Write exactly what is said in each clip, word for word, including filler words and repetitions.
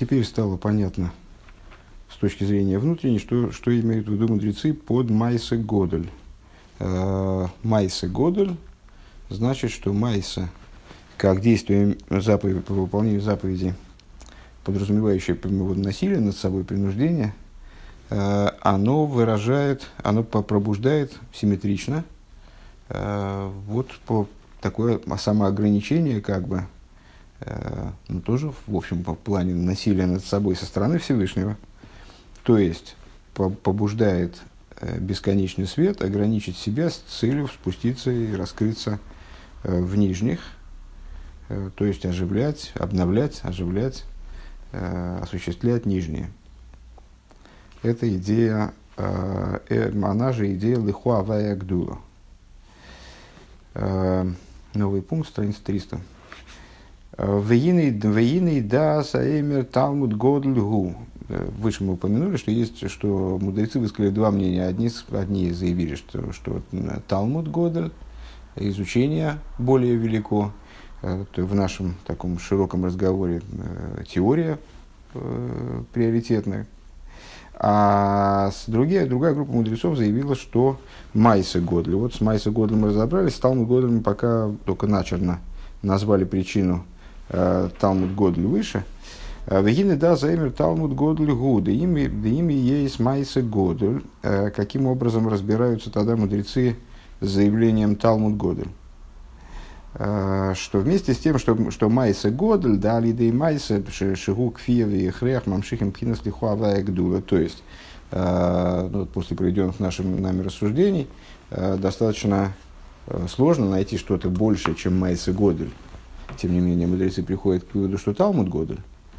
теперь стало понятно с точки зрения внутренней, что, что имеют в виду мудрецы под Майса Годель. Майса Годель значит, что Майса, как действие заповеди, по выполнению заповедей, подразумевающее насилие над собой, принуждение, оно выражает, оно пробуждает симметрично вот по такое самоограничение, как бы, ну, тоже, в общем, по плане насилия над собой со стороны Всевышнего. То есть, по побуждает бесконечный свет ограничить себя с целью спуститься и раскрыться в нижних, то есть оживлять, обновлять, оживлять, осуществлять нижние. Это идея, она же идея лихуа вая гдула. Новый пункт, страница триста. Вейный да саэмер талмуд годль гу. Выше мы упомянули, что есть, что мудрецы высказали два мнения. Одни, одни заявили, что, что талмуд годль, изучение более велико. В нашем таком широком разговоре теория приоритетная. А другая, другая группа мудрецов заявила, что Майса Годли. Вот с Майса Годли мы разобрались, с Талмуд Годли мы пока только начерно назвали причину э, Талмуд Годли выше. Вегины да заэмер Талмуд Годли гу, да ими есть Майса Годли. Каким образом разбираются тогда мудрецы с заявлением Талмуд Годли? Что вместе с тем, что, что Майса Годль, да, лидей Майса, Шигу Кфиеви и Хрех, Мамшихим Пхинас Лихуавая Гдула. То есть, э, ну, после проведенных нашими нами рассуждений, э, достаточно э, сложно найти что-то большее, чем Майса Годль. Тем не менее, мудрецы приходят к выводу, что Талмуд Годль.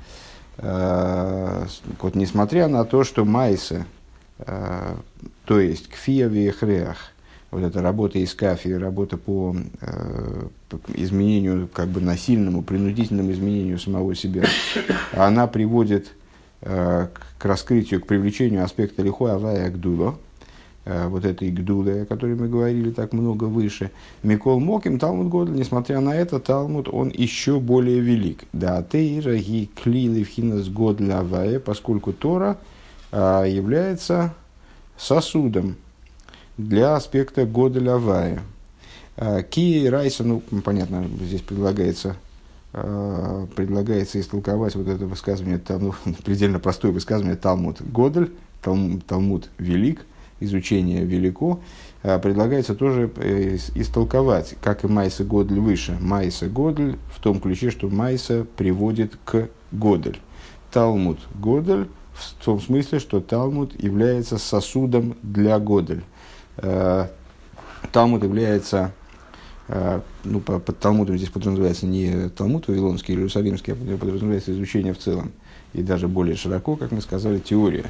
Э, вот, несмотря на то, что Майса, э, то есть Кфиеви и Хрех, вот эта работа из кафи, работа по, э, по изменению, как бы насильному, принудительному изменению самого себя, она приводит э, к, к раскрытию, к привлечению аспекта лихуа авая гдуло, э, вот этой гдулы, о которой мы говорили так много выше. Микол Моким, Талмуд Годль, несмотря на это, Талмуд, он еще более велик. Да, тейра ги клили вхинас Годль авая, поскольку Тора э, является сосудом для аспекта Годель Авая. Ки Райса, ну, понятно, здесь предлагается, предлагается истолковать вот это высказывание, ну, предельно простое высказывание Талмуд Годель, Талмуд, Талмуд велик, изучение велико. Предлагается тоже истолковать, как и Майса Годель выше. Майса Годель в том ключе, что Майса приводит к Годель. Талмуд Годель в том смысле, что Талмуд является сосудом для Годель. Талмуд является, ну, под Талмудом здесь подразумевается не Талмуд вавилонский или иерусалимский, а подразумевается изучение в целом. И даже более широко, как мы сказали, теория.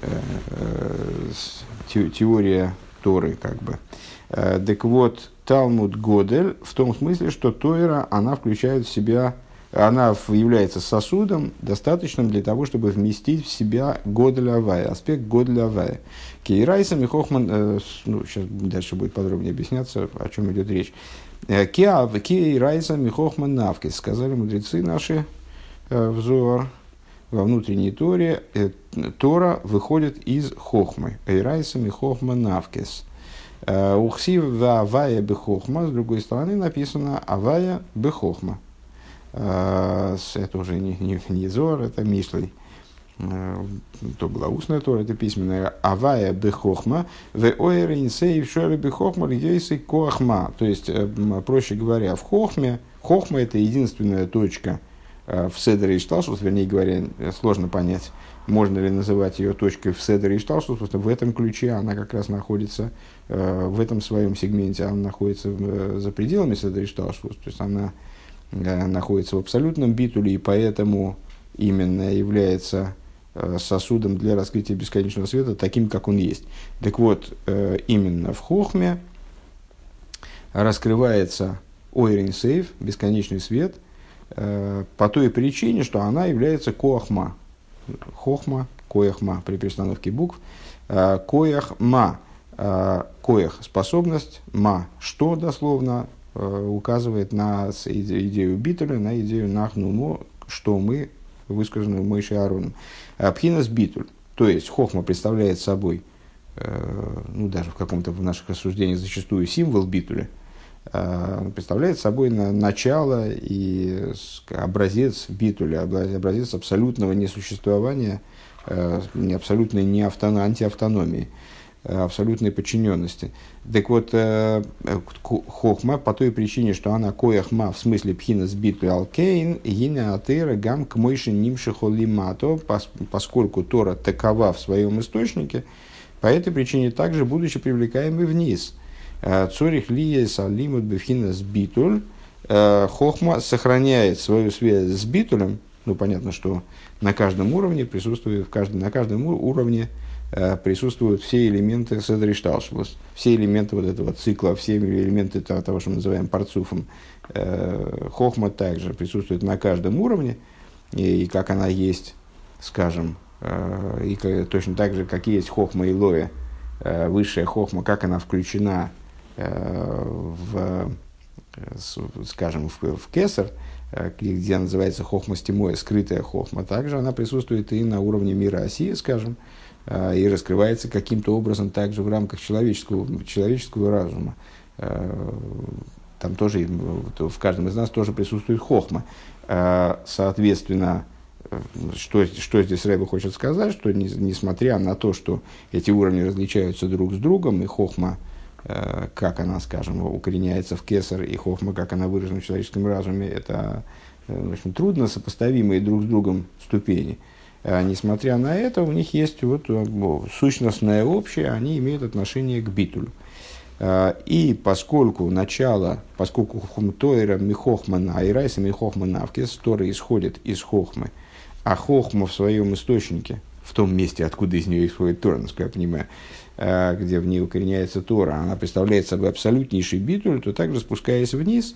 Те, теория Торы, как бы. Так вот, Талмуд Годель в том смысле, что Тора, она включает в себя, она является сосудом, достаточным для того, чтобы вместить в себя Годель Авая, аспект Годель Авая. Кейрайсам и Хохман, э, ну, сейчас дальше будет подробнее объясняться, о чем идет речь. Кейрайсам и Хохман Навкес, сказали мудрецы наши э, взор во внутренней Торе, э, Тора выходит из Хохмы. Кейрайсам и Хохман Навкес. Ухсив ва Авая бехохма, с другой стороны написано Авая бехохма. Это уже не, не, не Зор, это Мишлей. То была устная Тора, это письменная. Авая бехохма, ве ойр инсей шоре бехохма льейсы коахма. То есть, проще говоря, в хохме, хохма это единственная точка в Седере и Шталшус, вернее говоря, сложно понять, можно ли называть ее точкой в Седере и Шталшус, потому что в этом ключе она как раз находится, в этом своем сегменте она находится за пределами Седера и Шталшус, то есть она находится в абсолютном битуле, и поэтому именно является сосудом для раскрытия бесконечного света, таким, как он есть. Так вот, именно в Хохме раскрывается Ойрин Сейф, бесконечный свет, по той причине, что она является Коахма. Хохма, Коахма при перестановке букв. Коахма, Коах – способность, Ма – что дословно, указывает на идею битуля, на идею нахнумо, что мы высказанную Моше Аароном. Пхинас битуль, то есть хохма представляет собой, ну, даже в каком-то в наших рассуждениях зачастую символ битуля, представляет собой на, начало и образец битуля, образец абсолютного несуществования, абсолютной не автоном, антиавтономии, абсолютной подчиненности. Так вот, хохма по той причине, что она кояхма в смысле пхинас битуль алкейн, гиня атера гам к мойши нимши холимато, поскольку Тора такова в своем источнике, по этой причине также, будучи привлекаемой вниз, цорих лиес алимут бифхинас битуль, хохма сохраняет свою связь с битулем. Ну, понятно, что на каждом уровне присутствует, в каждом, на каждом уровне присутствуют все элементы седришталшвус, все элементы вот этого цикла, все элементы того, того что мы называем парцуфом. Хохма также присутствует на каждом уровне, и, и как она есть, скажем, и точно так же, как есть хохма и лоя, высшая хохма, как она включена в, скажем, в, в кесар, где называется хохма стимоя, скрытая хохма, также она присутствует и на уровне мира оси, скажем, и раскрывается каким-то образом также в рамках человеческого, человеческого разума. Там тоже, в каждом из нас тоже присутствует хохма. Соответственно, что, что здесь Ребе хочет сказать, что не, несмотря на то, что эти уровни различаются друг с другом, и хохма, как она, скажем, укореняется в кесар, и хохма, как она выражена в человеческом разуме, это, в общем, трудно сопоставимые друг с другом ступени. Несмотря на это, у них есть вот сущностное общее, они имеют отношение к битулю. И поскольку начало, поскольку хумтойра михохмана, айрайса михохмана, авкес, Тора исходит из хохмы, а хохма в своем источнике, в том месте, откуда из нее исходит Тора, насколько я понимаю, где в ней укореняется Тора, она представляет собой абсолютнейший битуль, то также, спускаясь вниз,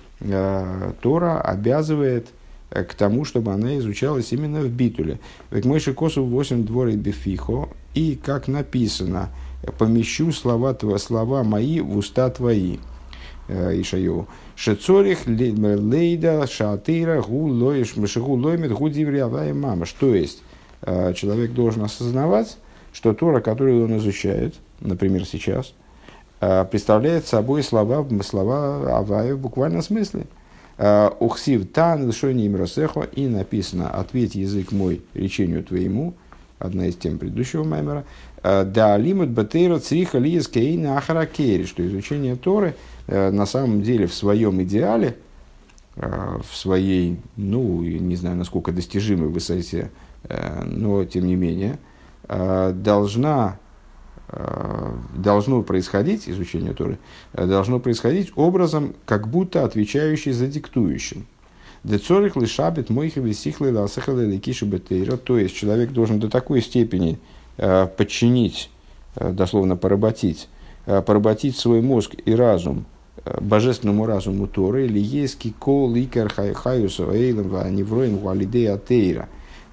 Тора обязывает к тому, чтобы она изучалась именно в битуле. Век мойши косу восемь дворей бифихо, и, как написано, помещу слова, тво, слова мои в уста твои. Ишайоу. Шецорих лейда шатыра гу лоиш мшигу лоймет гу дивриавая мама. То есть, человек должен осознавать, что Тора, которую он изучает, например, сейчас, представляет собой слова, слова Авая в буквальном смысле. Ухсив тан лишойни им росехо, и написано: ответь язык мой речению твоему, одна из тем предыдущего маймера, да лимут батейра цриха лиес кейна ахаракери, что изучение Торы на самом деле в своем идеале, в своей, ну, не знаю, насколько достижимой высоте, но тем не менее, должна должно происходить, изучение Торы, должно происходить образом, как будто отвечающий за диктующим. Децорих лишабит мойхеви сихлы ласахалы лекиши бетейра. То есть, человек должен до такой степени э, подчинить, э, дословно поработить, э, поработить свой мозг и разум э, божественному разуму Торы, или есть кикол икер хаюса эйлем ва невроем валидея тейра,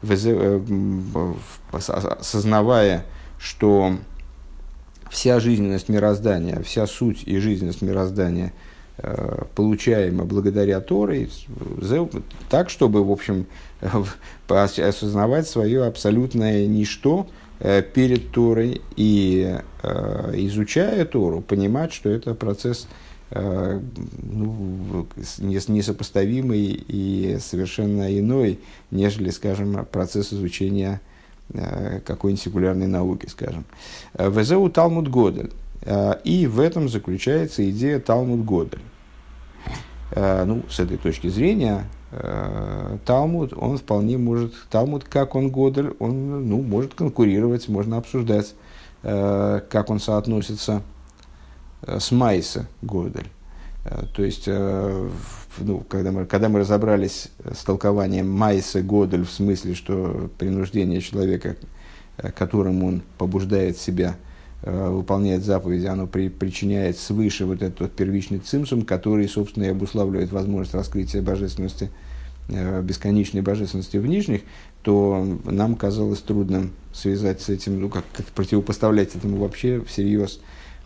осознавая, что вся жизненность мироздания, вся суть и жизненность мироздания э, получаема благодаря Торе, так, чтобы, в общем, осознавать свое абсолютное ничто э, перед Торой и, э, изучая Тору, понимать, что это процесс э, ну, несопоставимый и совершенно иной, нежели, скажем, процесс изучения какой-нибудь секулярной науки, скажем. Везеу Талмуд Годель. И в этом заключается идея Талмуд Годель. Ну, с этой точки зрения, Талмуд, он вполне может, Талмуд, как он Годель, он, ну, может конкурировать, можно обсуждать, как он соотносится с Майса Годель. То есть, ну, когда, мы, когда мы разобрались с толкованием Майса Годель в смысле, что принуждение человека, которым он побуждает себя выполнять заповеди, оно при, причиняет свыше вот этот вот первичный цимсум, который, собственно, и обуславливает возможность раскрытия божественности, бесконечной божественности в нижних, то нам казалось трудным связать с этим, ну, как, как противопоставлять этому вообще всерьез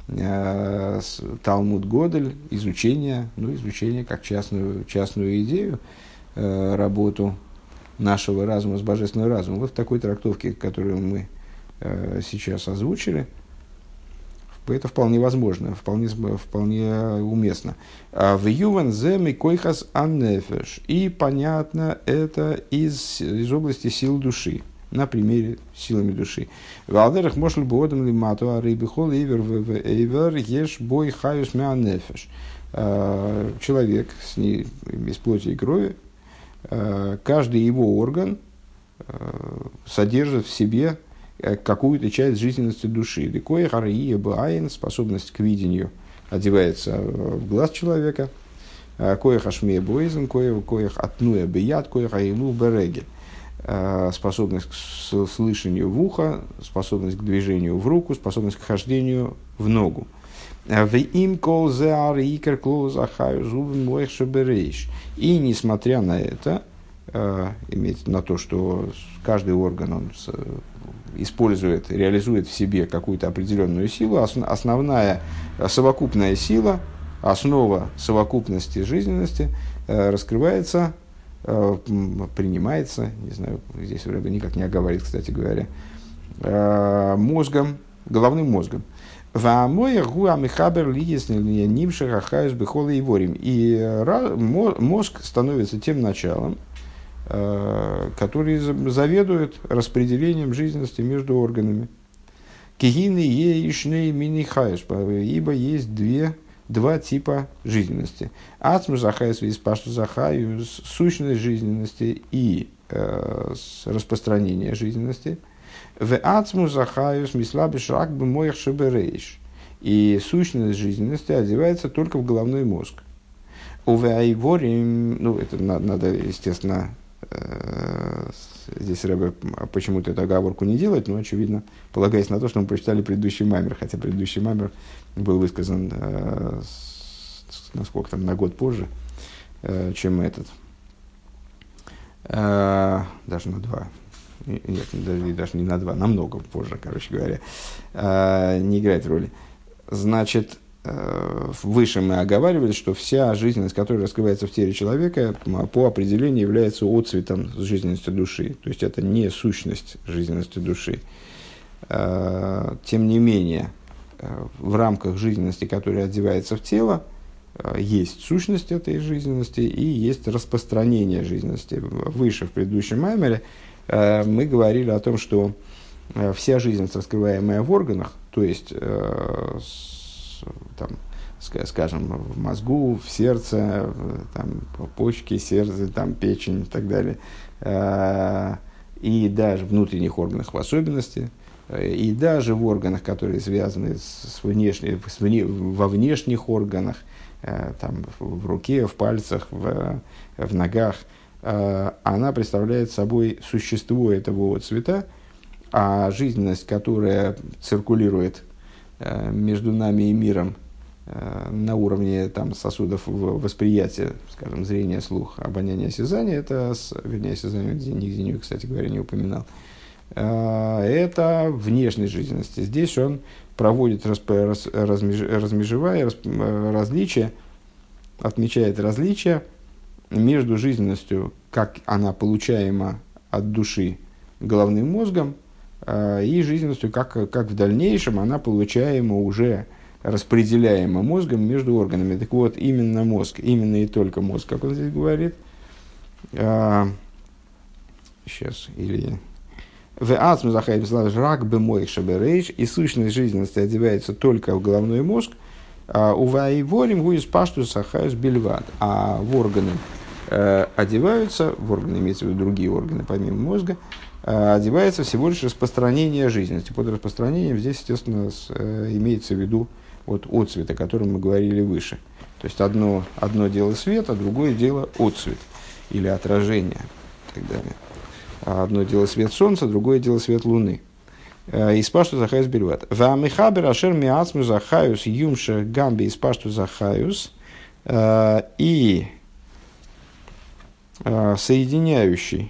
Талмуд Годель, изучение, ну, изучение как частную, частную идею, работу нашего разума с божественным разумом. Вот в такой трактовке, которую мы э, сейчас озвучили, это вполне возможно, вполне, вполне уместно. В Юван земи койхас аннефеш. И понятно это из, из области сил души, на примере силами души. В алдерах мошл боодам лимату, а рейбихол ивер в эйвер еш бой хаюс мя аннефеш. Человек с ней, без плоти и крови, каждый его орган содержит в себе какую-то часть жизненности души. Ликоя хария баин, способность к видению, одевается в глаз человека. Коях ашмея боизен, коях атнуя бияд, коях аилу береги. Способность к слышанию в ухо, способность к движению в руку, способность к хождению в ногу. В им кол зеар икер клоуз ахаю зубен моих шеберейш. И несмотря на это, иметь на то, что каждый орган он использует, реализует в себе какую-то определенную силу, основная совокупная сила, основа совокупности жизненности раскрывается, принимается, не знаю, здесь вроде никак не оговаривает, кстати говоря, мозгом, головным мозгом. И мозг становится тем началом, который заведует распределением жизненности между органами. Ибо есть две, два типа жизненности. Ацму захаюс виспашту захаюс, сущность жизненности и э, распространение жизненности. В ацму захаюс мислабиш рак бы моих шеберейш. И сущность жизненности одевается только в головной мозг. Увайворим, ну это надо, естественно, здесь Ребе почему-то эту оговорку не делает, но, очевидно, полагаясь на то, что мы прочитали предыдущий маймер, хотя предыдущий маймер был высказан э, насколько там, на год позже, э, чем этот. Э, даже на два. Нет, даже, даже не на два, намного позже, короче говоря. Э, не играет роли. Значит, выше мы оговаривали, что вся жизненность, которая раскрывается в теле человека, по определению является отцветом жизненности души. То есть это не сущность жизненности души. Тем не менее, в рамках жизненности, которая одевается в тело, есть сущность этой жизненности и есть распространение жизненности. Выше, в предыдущем маймере, мы говорили о том, что вся жизненность, раскрываемая в органах, то есть там, скажем, в мозгу, в сердце, там, почки, сердце, там, печень и так далее, и даже внутренних органах в особенности, и даже в органах, которые связаны с внешней, с вне, во внешних органах, там, в руке, в пальцах, в, в ногах, она представляет собой существо этого цвета, а жизненность, которая циркулирует между нами и миром на уровне там, сосудов восприятия, скажем, зрения, слух, обоняния, осязания, это, вернее, осязание нигде, не, кстати говоря, не упоминал, это внешней жизненности. Здесь он проводит расп, раз, размеж, размежевая расп, различия, отмечает различия между жизненностью, как она получаема от души головным мозгом, и жизненностью, как, как в дальнейшем она получаема уже распределяема мозгом между органами. Так вот, именно мозг, именно и только мозг, как он здесь говорит. А, сейчас, или... В ацму захаем славишь рак бы мой шаберейш, и сущность жизненности одевается только в головной мозг. У ваиворим гуис пашту сахаюс бельват. А в органы э, одеваются, в органы имеются в виду другие органы помимо мозга, одевается всего лишь распространение жизненности. Под распространением здесь, естественно, с, э, имеется в виду вот, отцвет, о котором мы говорили выше. То есть одно, одно дело свет, а другое дело отцвет или отражение и так далее. Одно дело свет солнца, другое дело свет луны. Испашту захаюс бельват. Вамихабер ашер миацму захаюс юмша гамби испашту захаюс. И соединяющий,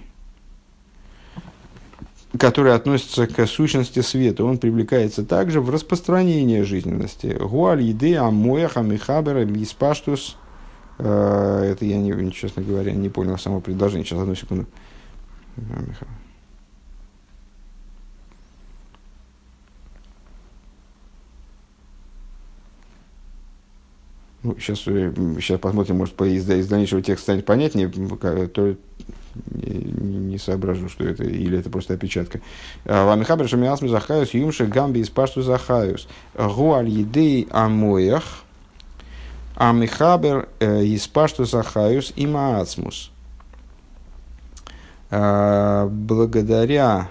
который относится к сущности света, он привлекается также в распространение жизненности. Гуаль еды амоях амихабера испаштус. Это я, не, честно говоря, не понял само предложение. Сейчас, одну секунду. Ну, сейчас, сейчас посмотрим, может, из, из дальнейшего текста станет понятнее, то не, не соображу, что это, или это просто опечатка. Вамихабер шамиасми захаюс юмши гамби из пашту захаюс. Гуаль едей амоях амихабер из пашту захаюс и маацмус. Благодаря,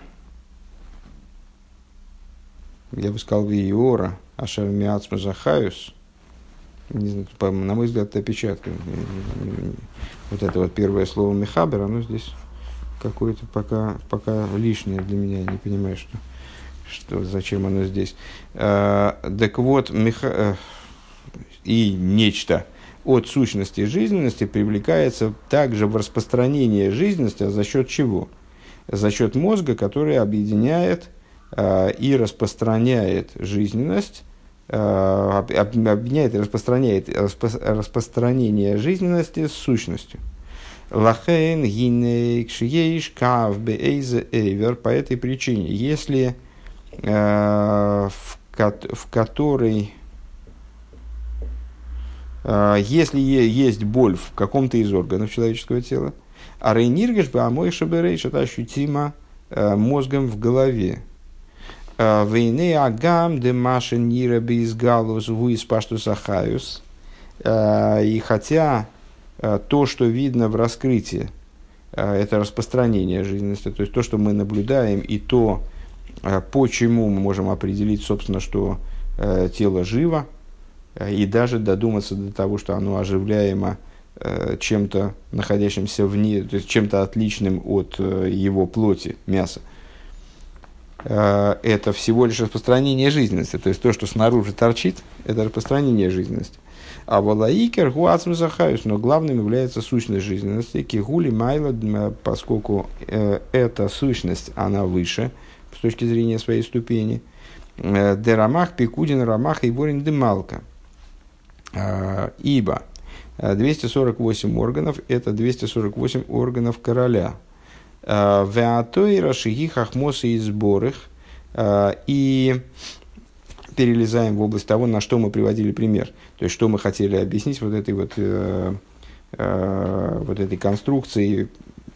я бы сказал, виора ашер миацмус захаюс. Не знаю, по, на мой взгляд, это опечатка. Вот это вот первое слово «мехабер», оно здесь какое-то пока, пока лишнее для меня. Я не понимаю, что, что, зачем оно здесь. А, так вот, меха... и нечто от сущности жизненности привлекается также в распространение жизненности, а за счет чего? За счет мозга, который объединяет а, и распространяет жизненность, объединяет и распространяет распространение жизненности с сущностью. Лахейн гинейк шиеш кав бейзе эйвер. По этой причине, если э, в, в которой э, если есть боль в каком-то из органов человеческого тела, а рейниргеш бы амой шаберейш, это ощутимо э, мозгом в голове. Вейне агам де машин нира бейсгалус гуис паштус ахаюс. И хотя то, что видно в раскрытии, это распространение жизненности, то есть то, что мы наблюдаем, и то, почему мы можем определить, собственно, что тело живо, и даже додуматься до того, что оно оживляемо чем-то, находящимся вне, то есть чем-то отличным от его плоти, мяса. Это всего лишь распространение жизненности. То есть то, что снаружи торчит, это распространение жизненности. А волаикер гуацм захаюс, но главным является сущность жизненности. Кигули майла, поскольку э, эта сущность, она выше с точки зрения своей ступени. Дерамах пикудин рамах и ворин демалка. Ибо двести сорок восемь органов – это двести сорок восемь органов короля. Веатойра шиги хахмосы и сборых. И перелезаем в область того, на что мы приводили пример. То есть, что мы хотели объяснить вот этой, вот, э, э, вот этой конструкции,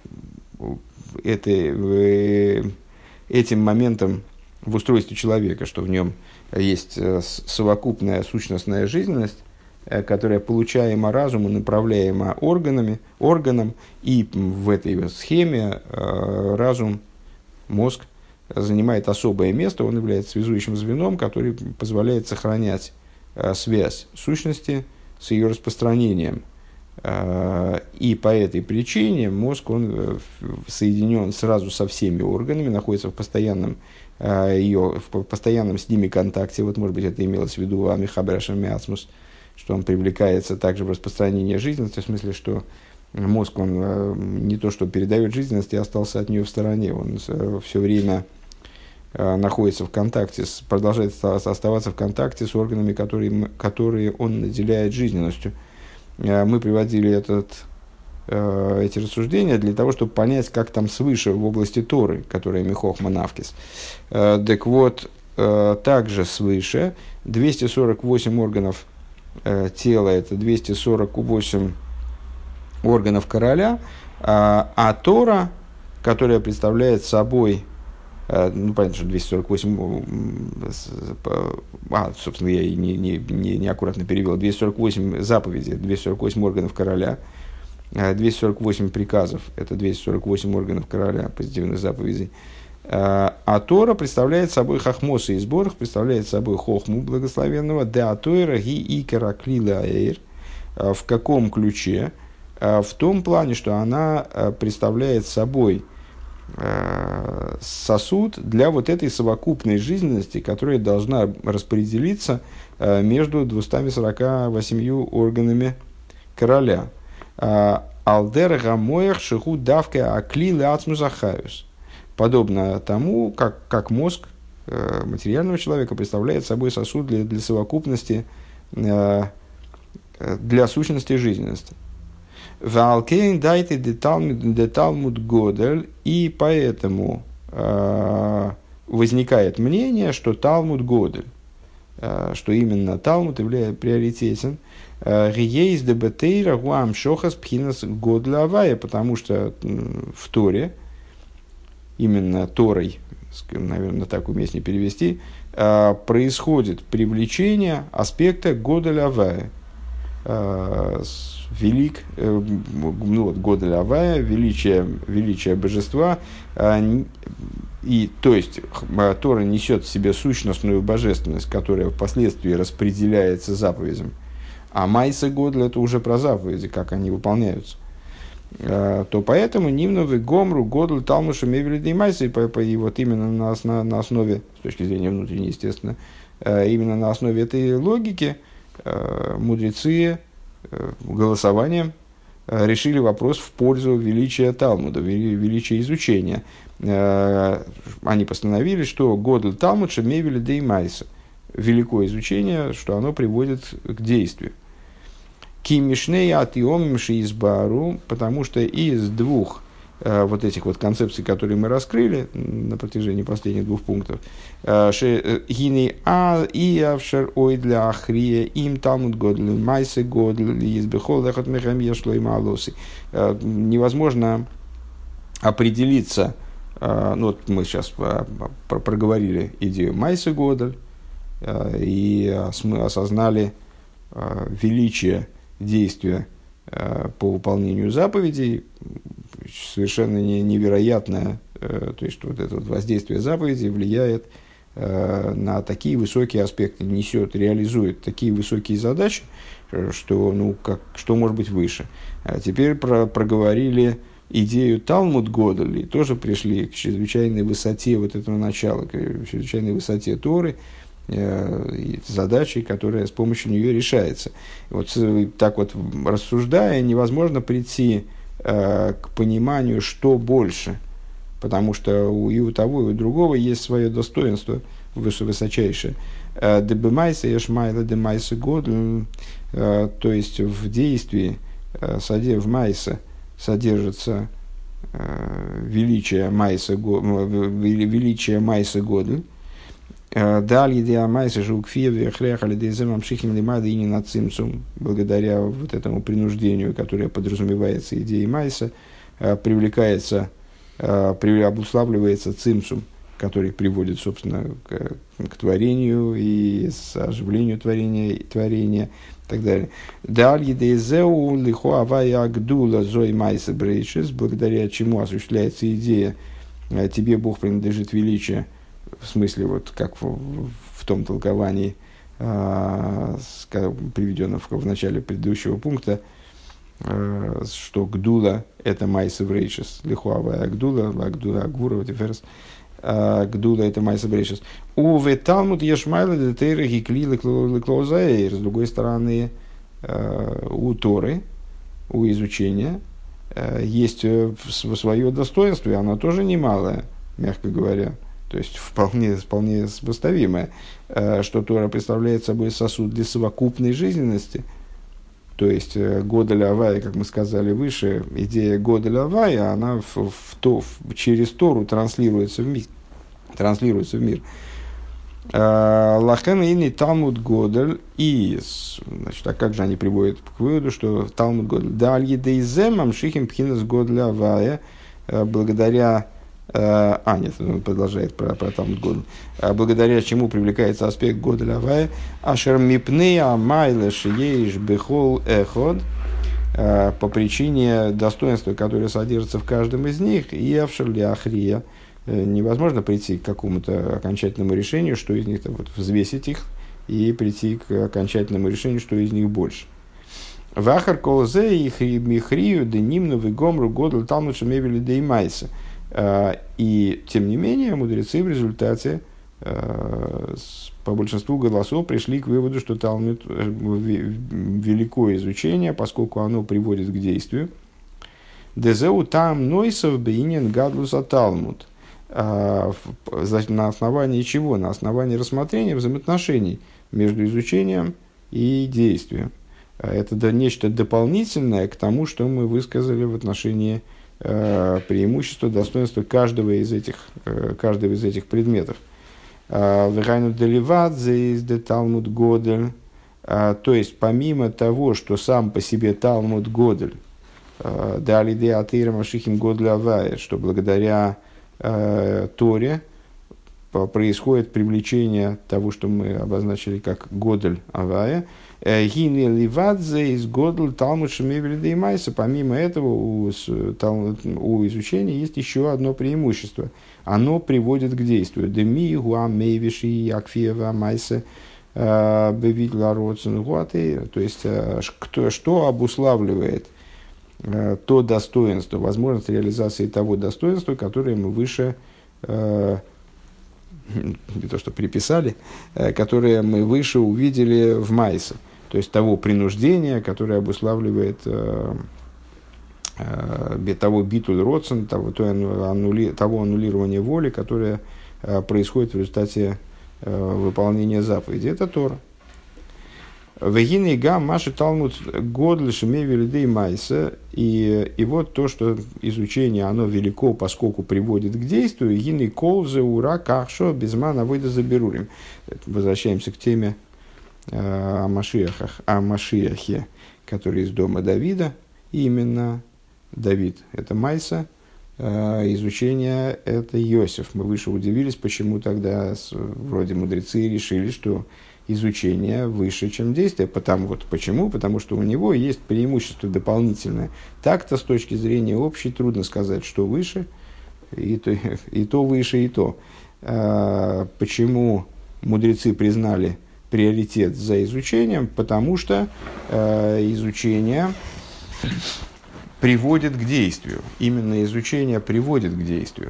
этой, э, этим моментом в устройстве человека, что в нем есть совокупная сущностная жизненность, которая получаема разумом, направляема органами, органом, и в этой схеме разум, мозг занимает особое место, он является связующим звеном, который позволяет сохранять связь сущности с ее распространением. И по этой причине мозг, он соединен сразу со всеми органами, находится в постоянном, ее, в постоянном с ними контакте. Вот, может быть, это имелось в виду Амихабер Шамиацмус, что он привлекается также в распространение жизненности, в смысле, что мозг, он э, не то, что передает жизненность, и остался от нее в стороне, он э, все время э, находится в контакте, с, продолжает оставаться в контакте с органами, которые, которые он наделяет жизненностью. Э, мы приводили этот, э, эти рассуждения для того, чтобы понять, как там свыше в области Торы, которая Михохма Навкис. Э, так вот, э, также свыше двести сорок восемь органов тела, это двести сорок восемь органов короля, а, а Тора, которая представляет собой, ну, понятно, что двести сорок восемь, а, собственно, я не, не, не, неаккуратно перевел, двести сорок восемь заповедей, двести сорок восемь органов короля, двести сорок восемь приказов, это двести сорок восемь органов короля, позитивных заповедей. А Тора представляет собой хахмосы и сборах, представляет собой хохму благословенного, да Тора ги икера клила эйр. В каком ключе? В том плане, что она представляет собой сосуд для вот этой совокупной жизненности, которая должна распределиться между двумястами сорока восемью органами короля. Алдер гамоях шиху давка аклила ацмузахаюс. Подобно тому, как, как мозг э, материального человека представляет собой сосуд для, для совокупности, э, для сущности жизненности. Валкейн дайте деталмуд годель, и поэтому э, возникает мнение, что Талмуд годель, э, что именно Талмуд является приоритетен. Риейс де бетейра гуам шохас пхинас годля авая, потому что в Торе, именно Торой, наверное, так уместнее перевести, э, происходит привлечение аспекта годель авая. Велик, ну вот, Годель Авая, величие, величие божества, и, то есть Тора несет в себе сущностную божественность, которая впоследствии распределяется заповедям, а Майса Годель это уже про заповеди, как они выполняются, то поэтому Нимновый Гомру Годель Талмуша Мевелида и Майса, и вот именно на, на, на основе, с точки зрения внутренней, естественно, именно на основе этой логики мудрецы голосованием решили вопрос в пользу величия Талмуда, величия изучения. Они постановили, что Годель Талмуд Шемевели Дей Майса, великое изучение, что оно приводит к действию. Ки Мишней Атиом Шиизбару, потому что из двух вот этих вот концепций, которые мы раскрыли на протяжении последних двух пунктов, гини а и авшер ой для ахрия им Талмуд Годель Майсе Годель избехол лехот мехамия шлой малоси. Невозможно определиться, ну вот мы сейчас проговорили идею Майсе Годель и мы осознали величие действия по выполнению заповедей, совершенно невероятное, то есть вот это вот воздействие заповедей влияет на такие высокие аспекты, несет, реализует такие высокие задачи, что, ну, как, что может быть выше. А теперь про, проговорили идею Талмуд Годель и тоже пришли к чрезвычайной высоте вот этого начала, к чрезвычайной высоте Торы, задачей, которая с помощью нее решается. Вот так вот рассуждая, невозможно прийти э, к пониманию, что больше, потому что у, и у того, и у другого есть свое достоинство высочайшее. Дебемайса ешмайла демайса год, то есть в действии, в майса содержится величие майса, величие майса года. Далее диамайса жукфиеве хрехали деземам шихим лимада и не на цимцум, благодаря вот этому принуждению, которое подразумевается идеей майса, привлекается, обуславливается цимцум, который приводит, собственно, к, к творению и оживлению творения, творения и так далее. Далее дезеу лихо авая агдула зой майса брейшис, благодаря чему осуществляется идея «тебе Бог принадлежит величие», в смысле, вот как в, в том толковании, а, приведенном в, в начале предыдущего пункта, а, что Гдула – это Майса Брейшис, Лихуавая Гдула, Гдула Агура, Тиферс, Гдула – это Майса Брейшис. Уве Талмуд Ешмайла Детейра Гикли Леклозаэйр. С другой стороны, а, у Торы, у изучения, а, есть свое достоинство, и оно тоже немалое, мягко говоря. То есть вполне, вполне сопоставимое, что Тора представляет собой сосуд для совокупной жизненности. То есть Годель Авая, как мы сказали выше, идея Годель Авая, она в, в то, в, через Тору транслируется в мир. Транслируется в мир. Лахен ини Талмуд Годель, и, значит, а как же они приводят к выводу, что Талмуд Годель даль едейзем амшихим пхинас Годель Авая, благодаря А, нет, он продолжает про, про Талмуд Годель. Благодаря чему привлекается аспект Годель Авая. Ашер мипнея майле шиеиш бехол эход, по причине достоинства, которое содержится в каждом из них, и авшер ли ахрия. Невозможно прийти к какому-то окончательному решению, что из них, вот, взвесить их и прийти к окончательному решению, что из них больше. Вахар колзе и михрию денимну вегомру Годель Талмуд шемевели деймайса. И, тем не менее, мудрецы в результате по большинству голосов пришли к выводу, что Талмуд великое изучение, поскольку оно приводит к действию. Дезеу там нойсов бейнин гадлуса Талмуд. Значит, на основании чего? На основании рассмотрения взаимоотношений между изучением и действием. Это нечто дополнительное к тому, что мы высказали в отношении преимущества, достоинства каждого из этих, каждого из этих предметов. Вегайну деливадзе из де Талмуд Годель. То есть, помимо того, что сам по себе Талмуд Годель, дали де атеира машихим Годель Авая, что благодаря Торе происходит привлечение того, что мы обозначили как Годель Авая. Гини ливадзе из Годель Талмуд Шемевелида и Майса. Помимо этого, у, у изучения есть еще одно преимущество. Оно приводит к действию. Деми гуам мейвиши якфиева майса бевидла родсен гуаты. То есть, кто, что обуславливает то достоинство, возможность реализации того достоинства, которое мы выше не то что приписали, которые мы выше увидели в Майсе. То есть того принуждения, которое обуславливает э, э, того битуль родсен, того, то аннули, того аннулирования воли, которое э, происходит в результате э, выполнения заповеди. Это Тора. Вегины гам маши талмуд годль шемеви лидей майса. И, и вот то, что изучение, оно велико, поскольку приводит к действию. Гины колзе ура кахшо безмана выйда заберурим. Возвращаемся к теме э, о Машиахах, о Машиахе, который из дома Давида. И именно Давид – это майса, э, изучение – это Иосиф. Мы выше удивились, почему тогда с, вроде мудрецы решили, что изучение выше, чем действие. Потому, вот, почему? Потому что у него есть преимущество дополнительное. Так-то с точки зрения общей трудно сказать, что выше, и то, и то выше, и то. А, почему мудрецы признали приоритет за изучением? Потому что а, изучение приводит к действию. Именно изучение приводит к действию.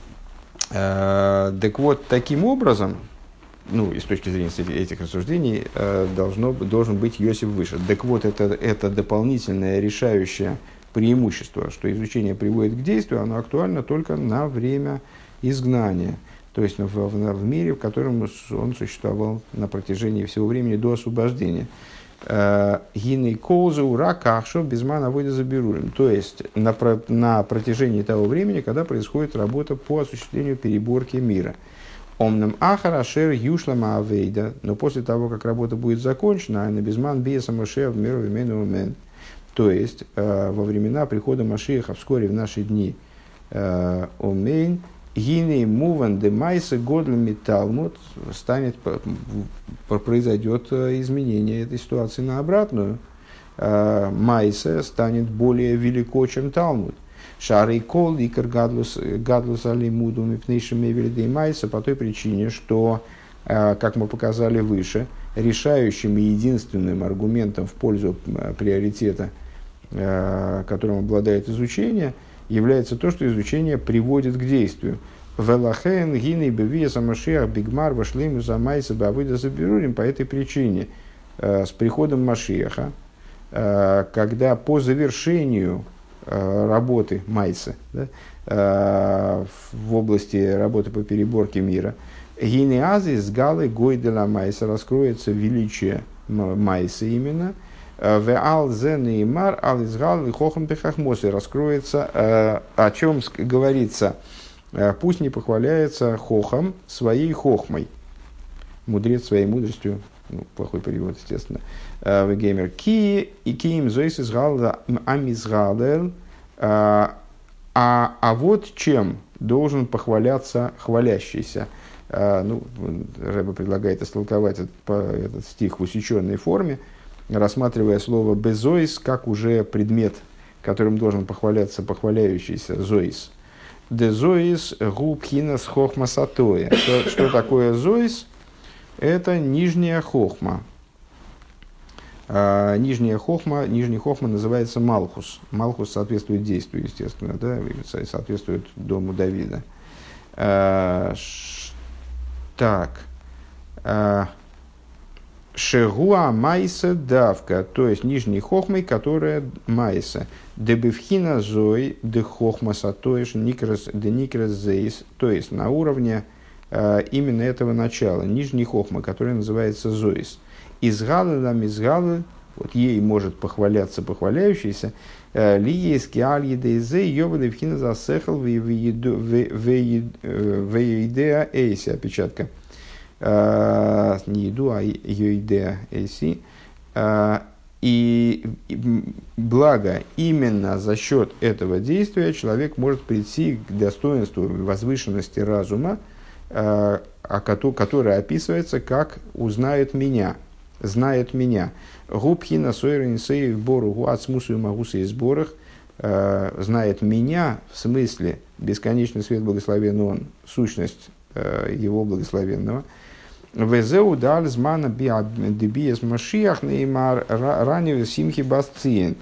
А, так вот, таким образом, ну, и с точки зрения этих рассуждений, должно, должен быть Иосиф выше. Так вот, это, это дополнительное решающее преимущество, что изучение приводит к действию, оно актуально только на время изгнания. То есть в, в, в мире, в котором он существовал на протяжении всего времени до освобождения. Гиней колзу ура кахшо безмана выйда заберурим. То есть на, на протяжении того времени, когда происходит работа по осуществлению переборки мира. Омнам ахара шер юшлама авейда, но после того, как работа будет закончена, на безман биеса Моше в миру вимену умен. То есть э, во времена прихода Машиаха вскоре в наши дни омейн гиней муван де майса годлами талмуд станет произойдет изменение этой ситуации на обратную. Э, майса станет более велико, чем Талмуд. Шары кол и каргадлус алимуду мипнейшими велидей майса по той причине, что, как мы показали выше, решающим и единственным аргументом в пользу приоритета, которым обладает изучение, является то, что изучение приводит к действию. Велахен гиней бевия самашиах бигмар вашлим за майса бавыда заберурим. По этой причине с приходом Машиаха, когда по завершению работы Майса, да, в области работы по переборке мира, гинеази с галы гойдела Майса раскроется величие Майса именно, в алзе неймар ал из галы хохам пехахмосы раскроется, о чем говорится, пусть не похваляется хохам своей хохмой, мудрец своей мудростью. Ну, плохой перевод, естественно. Вегеймер ки и киим зоис изгалда амизгалел. А а вот чем должен похваляться хвалящийся. Ну, Рэбе предлагает истолковать этот, этот стих в усеченной форме, рассматривая слово безоис как уже предмет, которым должен похваляться похваляющийся зоис. Дезоис губхинас хохма сатоя. Что, что такое зоис? Это нижняя хохма. А, нижняя хохма, нижняя хохма называется Малхус. Малхус соответствует действию, естественно, да, соответствует дому Давида. А, ш, так. А, Шегуа майса давка, то есть нижней хохмой, которая майса. Дебевхина зой, де хохма сатоиш, никрас, де никрас зейс, то есть на уровне именно этого начала, нижней хохмы, которая называется зоис. Изгалы лам изгалы вот ей может похваляться похваляющийся, ли есть киальидейзе йовады вхина засехал веидеа эйси, опечатка. Не еду, а йоидеа эйси. И благо именно за счет этого действия человек может прийти к достоинству возвышенности разума, которое описывается как «узнает меня», «знает меня». «Губхина сойренсей в бору гуацмусу и магусы и сборах» «знает меня» в смысле бесконечный свет благословенный он, сущность его благословенного. Везеу дал змана дебиес машиах неймар ранее симхи басциен.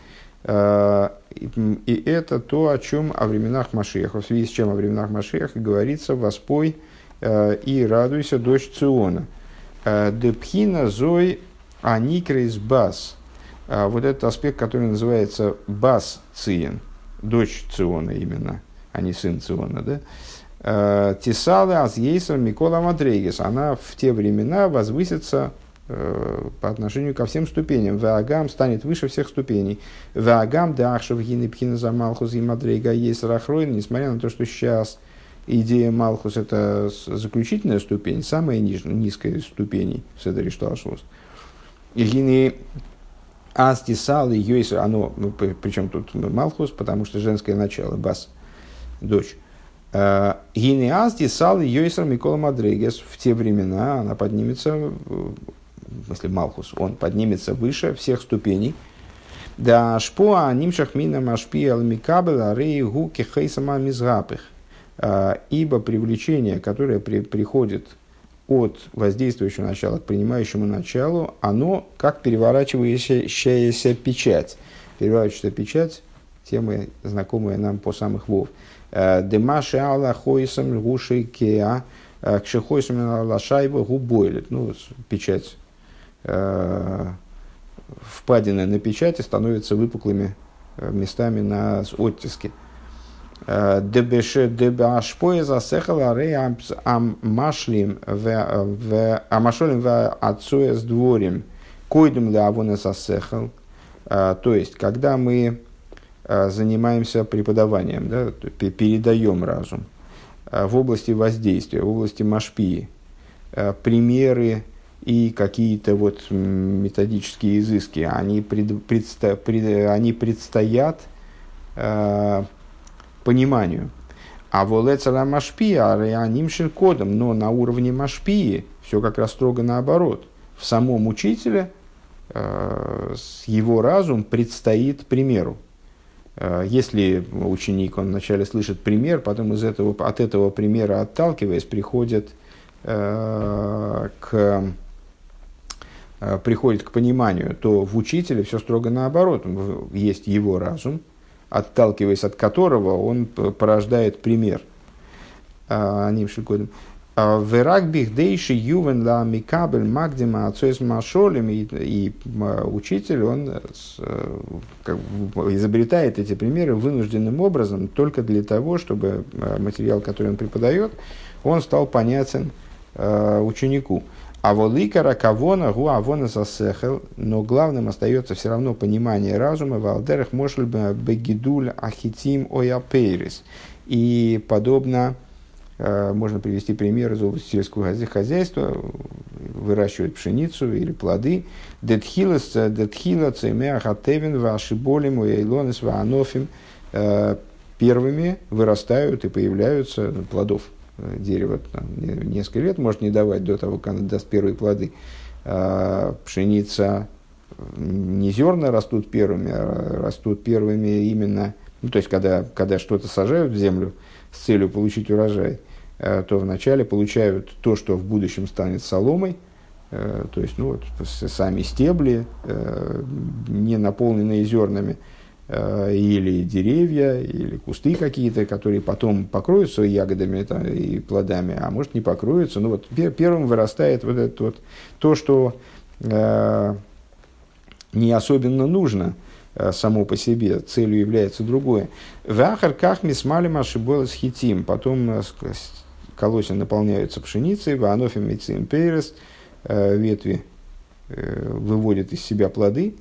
И это то, о чем о временах Машиаха, в связи с чем о временах Машиаха говорится: «Воспой и радуйся, дочь Циона». Депхина зой аникрейс бас. Вот этот аспект, который называется бас циен, дочь Циона именно, а не сын Циона, да? Тисалы азъейсер Микола Мадрейгес. Она в те времена возвысится э, по отношению ко всем ступеням. Ваагам станет выше всех ступеней. Ваагам дахшев гины пхина за Малхус и Мадрейга есть рахройн. Несмотря на то, что сейчас идея Малхус это заключительная ступень, самая ниж, низкая ступень в Седере Шталшус. И гины аз тисалы йойсер, оно, причем тут Малхус, потому что женское начало, бас, дочь. Гинеазди сал Йойсер Микола Мадрейгес. В те времена она поднимется, в смысле Малхус, он поднимется выше всех ступеней. Да шпоа нимшах мина машпи алмикабел арей гу кехейсама мизгапых. Ибо привлечение, которое при, приходит от воздействующего начала к принимающему началу, оно как переворачивающаяся печать. Переворачивающаяся печать, темы, знакомые нам по самых вов. Демаши алла хойсам гушей кеа кшехойсам алла шайба губойлет. Ну, печать, впадины на печати становятся выпуклыми местами на оттиске. Дебеше дебашпоя засехала рей амашлим в амашолим в отцуя с дворем койдем ли авона засехал. То есть, когда мы занимаемся преподаванием, да, передаем разум в области воздействия, в области машпии, примеры и какие-то вот методические изыски, они, пред, предста, пред, они предстоят э, пониманию. А волецара машпия реанимшин кодом, но на уровне машпии все как раз строго наоборот. В самом учителе э, его разум предстоит примеру. Если ученик, он вначале слышит пример, потом из этого, от этого примера отталкиваясь, приходит, э, к, э, приходит к пониманию, то в учителе все строго наоборот. Есть его разум, отталкиваясь от которого он порождает пример. Веракбих дейши ювен ла микабель магдима отцоис машолем, и учитель, он как бы изобретает эти примеры вынужденным образом только для того, чтобы материал, который он преподает, он стал понятен ученику. А воликара кавона гу авона засехел, но главным остается все равно понимание разума. Валдерах мошль бегидуль ахитим ояпейрис. И подобно можно привести пример из области сельского хозяйства: выращивать пшеницу или плоды. Детхила цемеа хатевин вашиболем уэйлонес ваанофим. Первыми вырастают и появляются плодов. Дерево там, несколько лет может не давать до того, как оно даст первые плоды. Пшеница, не зерна растут первыми, а растут первыми именно, ну, то есть, когда, когда что-то сажают в землю с целью получить урожай, то вначале получают то, что в будущем станет соломой, то есть, ну, вот, сами стебли, не наполненные зернами, или деревья, или кусты какие-то, которые потом покроются ягодами там, и плодами, а может не покроются. Ну, вот, первым вырастает вот это вот, то, что э, не особенно нужно э, само по себе, целью является другое. В ахарках мисмалим ашиболес хитим, потом э, колосья наполняются пшеницей, в анофим мицим перес, ветви э, выводят из себя плоды.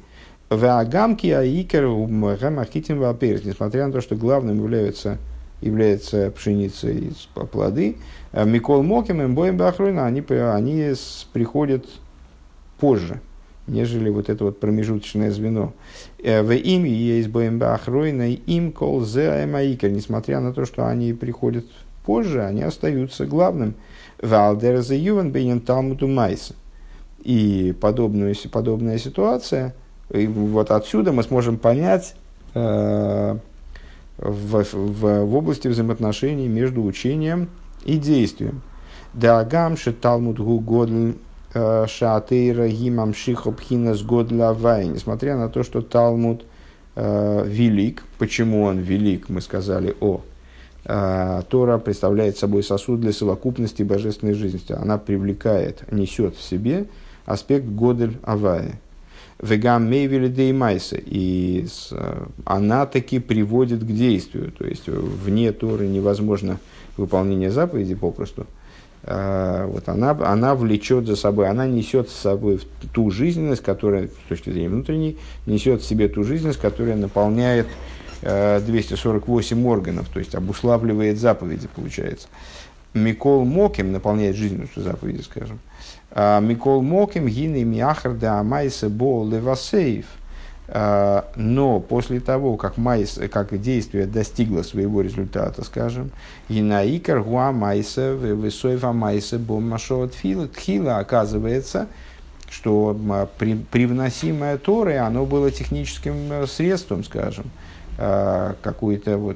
Ваагамки аикер гамахитим ваперс. Несмотря на то, что главным является, является пшеница и плоды, Микол Моким им боем бахруйна, они, они приходят позже, нежели вот это вот промежуточное звено. В им есть боем бахруйна, им кол зе аикер. Несмотря на то, что они приходят позже, они остаются главным. Валдер зе ювен бейнен талмуду майса. И подобную, подобная ситуация. И вот отсюда мы сможем понять э, в, в, в области взаимоотношений между учением и действием. Дагам ше талмуд гу годль шаатейра гимам шихопхинас годля вай. Несмотря на то, что Талмуд э, велик, почему он велик, мы сказали о. Э, Тора представляет собой сосуд для совокупности божественной жизни. Она привлекает, несет в себе аспект годль авая. Вегам мейвели деймайса, и она таки приводит к действию, то есть вне Торы невозможно выполнение заповедей попросту. Вот она, она влечет за собой, она несет с собой ту жизненность, которая, с точки зрения внутренней, несет в себе ту жизненность, которая наполняет двести сорок восемь органов, то есть обуславливает заповеди, получается. Микол Моким наполняет жизненностью заповеди, скажем. Микол Моким гины миахар да амайсе бол левасеев. Но после того, как, майс, как действие достигло своего результата, скажем, гинаикар гуа майсе высоева майсе бом машова тхила, оказывается, что при, привносимое Торой, оно было техническим средством, скажем, какое-то вот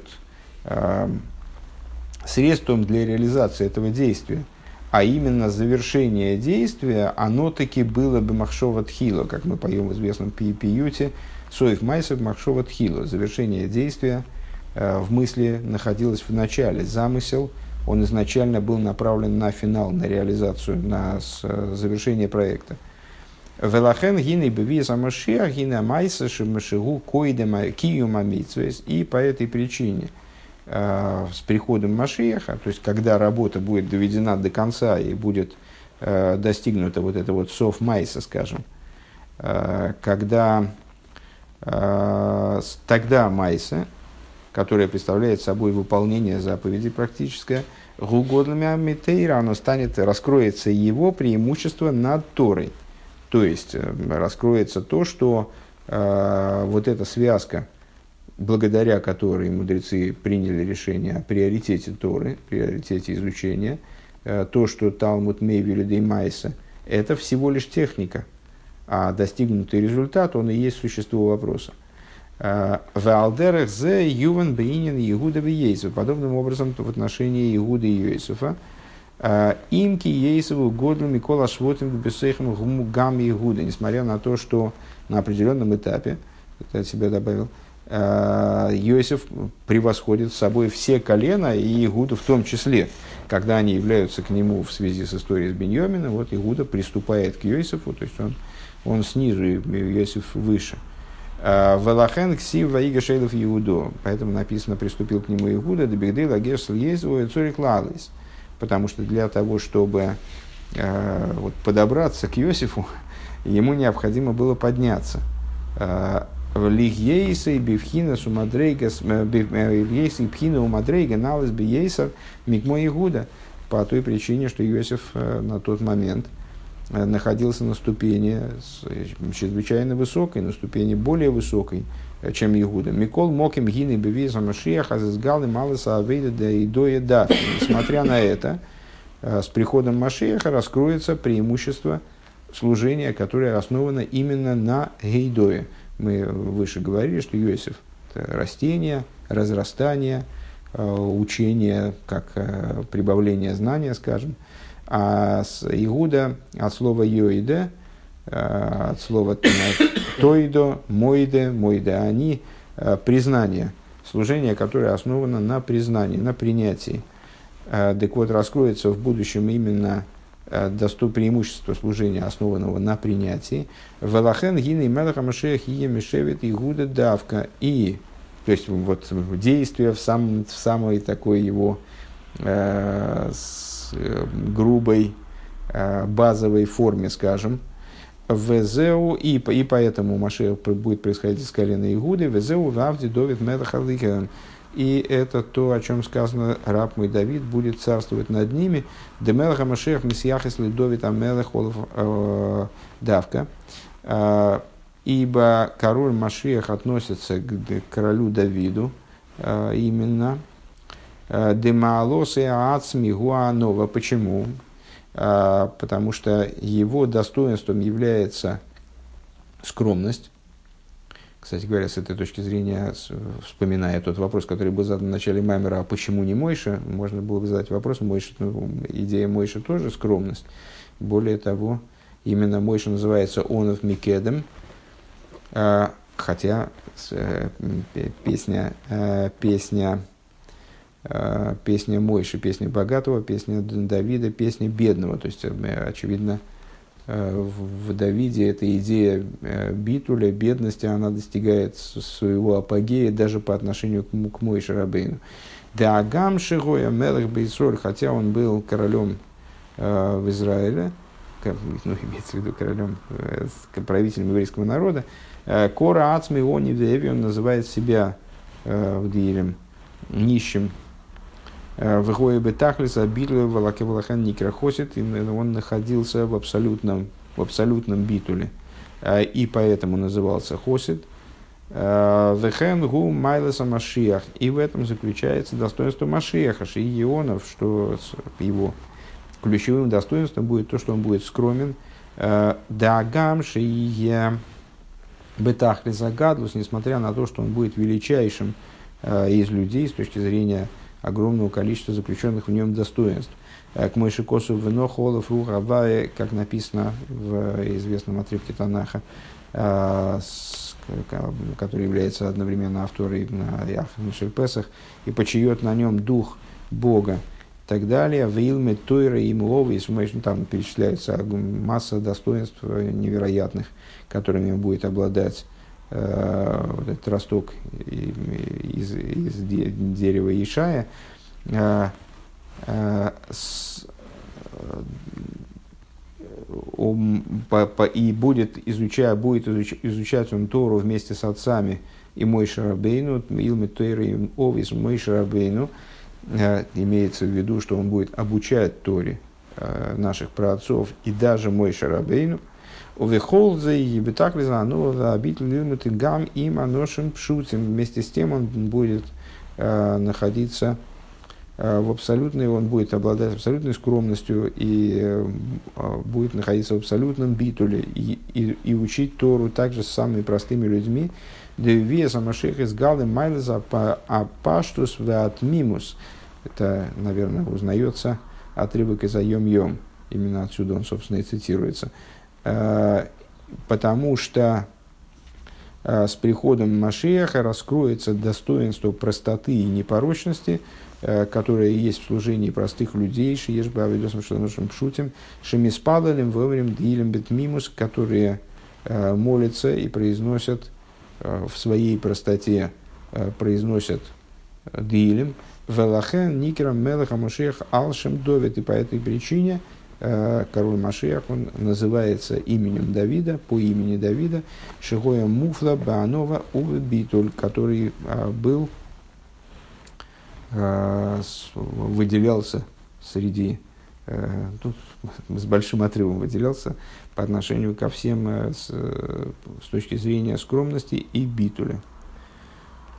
средством для реализации этого действия. А именно завершение действия, оно таки было бы махшова тхила, как мы поем в известном пи- пиюте, соев майсов махшова тхила. Завершение действия э, в мысли находилось в начале. Замысел, он изначально был направлен на финал, на реализацию, на с, завершение проекта. Велахен гиней бевиес амашиах гиней майса шимашигу койдема киюма митсвес. И по этой причине с приходом Машиаха, то есть когда работа будет доведена до конца и будет э, достигнута вот это вот сов майса, скажем, э, когда э, тогда майса, которая представляет собой выполнение заповеди практическое, гугодлами амитейра, оно станет, раскроется его преимущество над Торой. То есть э, раскроется то, что э, вот эта связка, благодаря которой мудрецы приняли решение о приоритете Торы, приоритете изучения, то, что Талмуд Мейвели дей Майса, это всего лишь техника, а достигнутый результат, он и есть существо вопроса. Ваалдерах зе ювен бейнин Иуда бейсов. Подобным образом в отношении Иуды и Йосифа, имки Йосифу годлу Микола Швотим бесейхам гуму гам Иуда, несмотря на то, что на определенном этапе, это от себя добавил, Йосиф превосходит с собой все колена, и Игуду в том числе. Когда они являются к нему в связи с историей с Биньямином, вот Игуда приступает к Йосифу, то есть он, он снизу, Йосиф выше. Велахен ксив ваига шейлов Иудо. Поэтому написано, приступил к нему Игуда, дебигдей лагерс льезу и цорик лалис. Потому что для того, чтобы э, вот, подобраться к Йосифу, ему необходимо было подняться. Лихейсей бифхина сумадрейга бифхейсей бифхина умадрейга налез биейсар микмо Игуда, по той причине, что Йосиф на тот момент находился на ступени чрезвычайно высокой, на ступени более высокой, чем Игуда. Микол моким гины бевиза машиах азизгалы малыса авейда да и доя да. Несмотря на это, с приходом Машиаха раскроется преимущество служения, которое основано именно на гейдое. Мы выше говорили, что Йосиф – это растение, разрастание, учение, как прибавление знания, скажем. А с Игуда от слова «йоиде», от слова «тойдо», «мойде», «мойде они» – признание, служение, которое основано на признании, на принятии. Так вот, раскроется в будущем именно доступ преимущество служения, основанного на принятии. Велахен гиней мелаха Машиах ие мешевит Игуда давка. И, то есть, вот действие в, сам, в самой такой его э, с, э, грубой, э, базовой форме, скажем, Везеу, и, и поэтому Машиах будет происходить из колена Игуды. Везеу вавди Довид мелех алейхем. И это то, о чем сказано: раб мой Давид будет царствовать над ними. Демелеха Машиах месьях, если Довид амелех олов давка. Ибо король Машиах относится к королю Давиду именно. Демаалос и ацми гуанова. Почему? Потому что его достоинством является скромность. Кстати говоря, с этой точки зрения, вспоминая тот вопрос, который был задан в начале Маймера, а почему не Мойша, можно было бы задать вопрос: Мойша, ну, идея Мойша тоже скромность. Более того, именно Мойша называется «Онов Микедем», хотя песня, песня, песня Мойши, песня богатого, песня Давида, песня бедного. То есть, очевидно, в Давиде эта идея битуля, бедности, она достигает своего апогея даже по отношению к Мойше Рабейну. Да агам шигоя мелех бейсроль, хотя он был королем э, в Израиле, ну, имеется в виду королем, э, правителем еврейского народа, э, кора ацми они веви, он называет себя э, в Диилем нищим. Выгоя бетахлиса битуле валакевалахан никрахосит, и он находился в абсолютном, в абсолютном битуле, и поэтому назывался хосит. Вехен гу майлеса Машиах, и в этом заключается достоинство Машиаха, ши Ионов, что его ключевым достоинством будет то, что он будет скромен. Дагам ши бетахлиса гадлус, несмотря на то, что он будет величайшим из людей с точки зрения огромного количества заключенных в нем достоинств. К Мойше Косу вино холов рух авае, как написано в известном отрывке Танаха, который является одновременно авторой на Яхмишель Песах, и почиет на нем дух Бога, и так далее. В Илме Тойра и Муове, там перечисляется масса достоинств невероятных, которыми он будет обладать. Вот этот росток из, из дерева Ишая, и будет изучать, будет изучать он Тору вместе с отцами и Мойше Рабейну, Илме Тойра и Овис Мойше Рабейну, имеется в виду, что он будет обучать Торе наших праотцов и даже Мойше Рабейну. Вместе с тем он будет э, находиться э, в абсолютной, он будет обладать абсолютной скромностью и э, будет находиться в абсолютном битуле и, и, и учить Тору также с самыми простыми людьми. Это, наверное, узнается отрывок из Айом-Йом. Именно отсюда он, собственно, и цитируется. Потому что с приходом Машиаха раскроется достоинство простоты и непорочности, которое есть в служении простых людей, шемиспадалем, вовремя дилем бетмимус, которые молятся и произносят в своей простоте, произносят дилем, велахен никерам мелеха Машиах алшем довет, и по этой причине король Машиах, он называется именем Давида, по имени Давида, Шигоя Муфла Баанова Уве Битуль, который а, был, а, с, выделялся среди, а, тут, с большим отрывом выделялся по отношению ко всем а, с, с точки зрения скромности и Битуля.